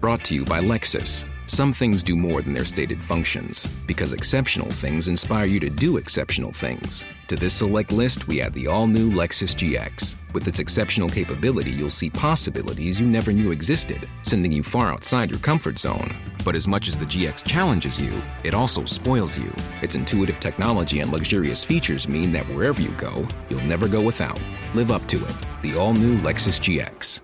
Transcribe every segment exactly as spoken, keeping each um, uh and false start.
Brought to you by Lexus. Some things do more than their stated functions, because exceptional things inspire you to do exceptional things. To this select list, we add the all-new Lexus G X. With its exceptional capability, you'll see possibilities you never knew existed, sending you far outside your comfort zone. But as much as the G X challenges you, it also spoils you. Its intuitive technology and luxurious features mean that wherever you go, you'll never go without. Live up to it. The all-new Lexus G X.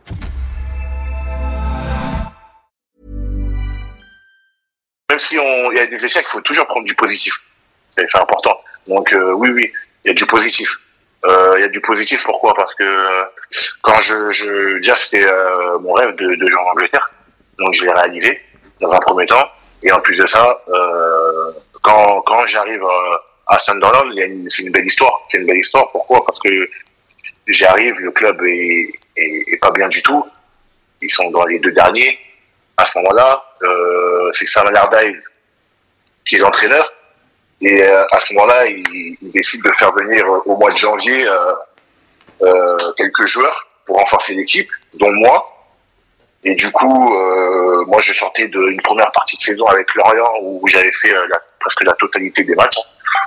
Même si on, il y a des échecs, il faut toujours prendre du positif. C'est, c'est important. Donc euh, oui, oui, il y a du positif. Euh, il y a du positif. Pourquoi ? Parce que euh, quand je, je, déjà c'était euh, mon rêve de, de jouer en Angleterre, donc je l'ai réalisé dans un premier temps. Et en plus de ça, euh, quand quand j'arrive à Sunderland, il y a une, c'est une belle histoire. C'est une belle histoire. Pourquoi ? Parce que j'arrive, le club est, est, est pas bien du tout. Ils sont dans les deux derniers. À ce moment-là, euh, c'est Sam Allardyce qui est l'entraîneur. Et euh, à ce moment-là, il, il décide de faire venir euh, au mois de janvier euh, euh, quelques joueurs pour renforcer l'équipe, dont moi. Et du coup, euh, moi, je sortais d'une première partie de saison avec Lorient où j'avais fait euh, la, presque la totalité des matchs.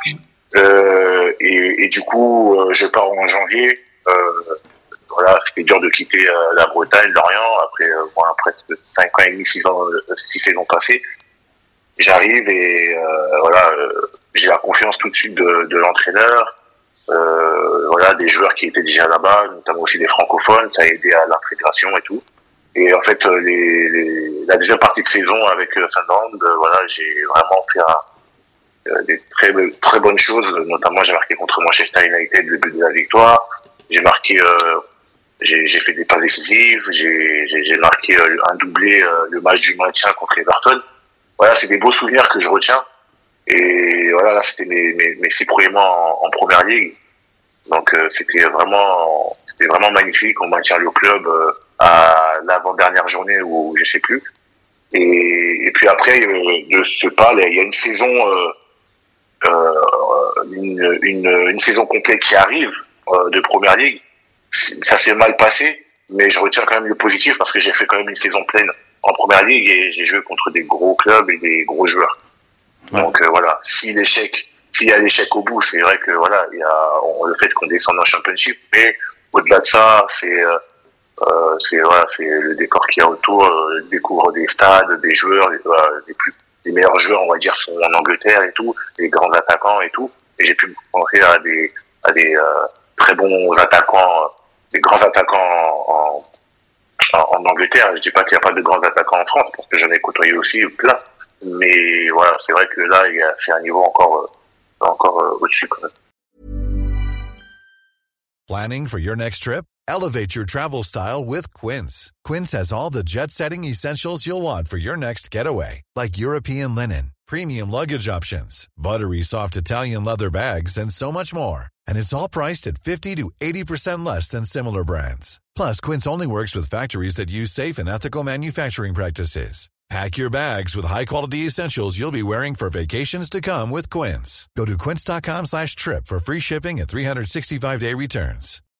Euh, et, et du coup, euh, je pars en janvier. Euh, Voilà, c'était dur de quitter euh, la Bretagne, Lorient, après euh, moi, presque cinq ans et demi, six ans, euh, six saisons passées. J'arrive et euh, voilà, euh, j'ai la confiance tout de suite de, de l'entraîneur, euh, voilà, des joueurs qui étaient déjà là-bas, notamment aussi des francophones, ça a aidé à l'intégration et tout. Et en fait, euh, les, les, la deuxième partie de saison avec euh, Sunderland, euh, voilà, j'ai vraiment fait un, euh, des très très bonnes choses, notamment j'ai marqué contre Manchester United le but de la victoire, j'ai marqué euh, J'ai, j'ai fait des passes décisives, j'ai, j'ai, j'ai marqué euh, un doublé euh, le match du maintien contre Everton. Voilà, c'est des beaux souvenirs que je retiens. Et voilà, là, c'était mes, mes, mes six premiers mois en, en première ligue. Donc, euh, c'était vraiment, c'était vraiment magnifique. On maintient le club euh, à l'avant-dernière journée ou je sais plus. Et, et puis après, euh, de ce pas, il y a une saison, euh, euh, une, une, une saison complète qui arrive euh, de première ligue. Ça s'est mal passé, mais je retiens quand même le positif parce que j'ai fait quand même une saison pleine en première ligue et j'ai joué contre des gros clubs et des gros joueurs. Ouais. Donc euh, voilà, si l'échec, s'il y a l'échec au bout, c'est vrai que voilà, il y a on, le fait qu'on descende en championship, mais au-delà de ça, c'est euh, euh, c'est voilà, c'est le décor qu'il y a autour, euh, découvre des stades, des joueurs, des, voilà, des plus les meilleurs joueurs, on va dire, sont en Angleterre et tout, les grands attaquants et tout, et j'ai pu me penser à des à des euh, très bons attaquants. Des grands attaquants en, en, en Angleterre. Je dis pas qu'il n'y a pas de grands attaquants en France, parce que j'en ai côtoyé aussi plein. Mais voilà, c'est vrai que là, il y a, c'est un niveau encore, euh, encore euh, au-dessus quand même. Planning for your next trip? Elevate your travel style with Quince. Quince has all the jet-setting essentials you'll want for your next getaway, like European linen, premium luggage options, buttery soft Italian leather bags, and so much more. And it's all priced at fifty to eighty percent less than similar brands. Plus, Quince only works with factories that use safe and ethical manufacturing practices. Pack your bags with high-quality essentials you'll be wearing for vacations to come with Quince. Go to quince.com slash trip for free shipping and three sixty-five day returns.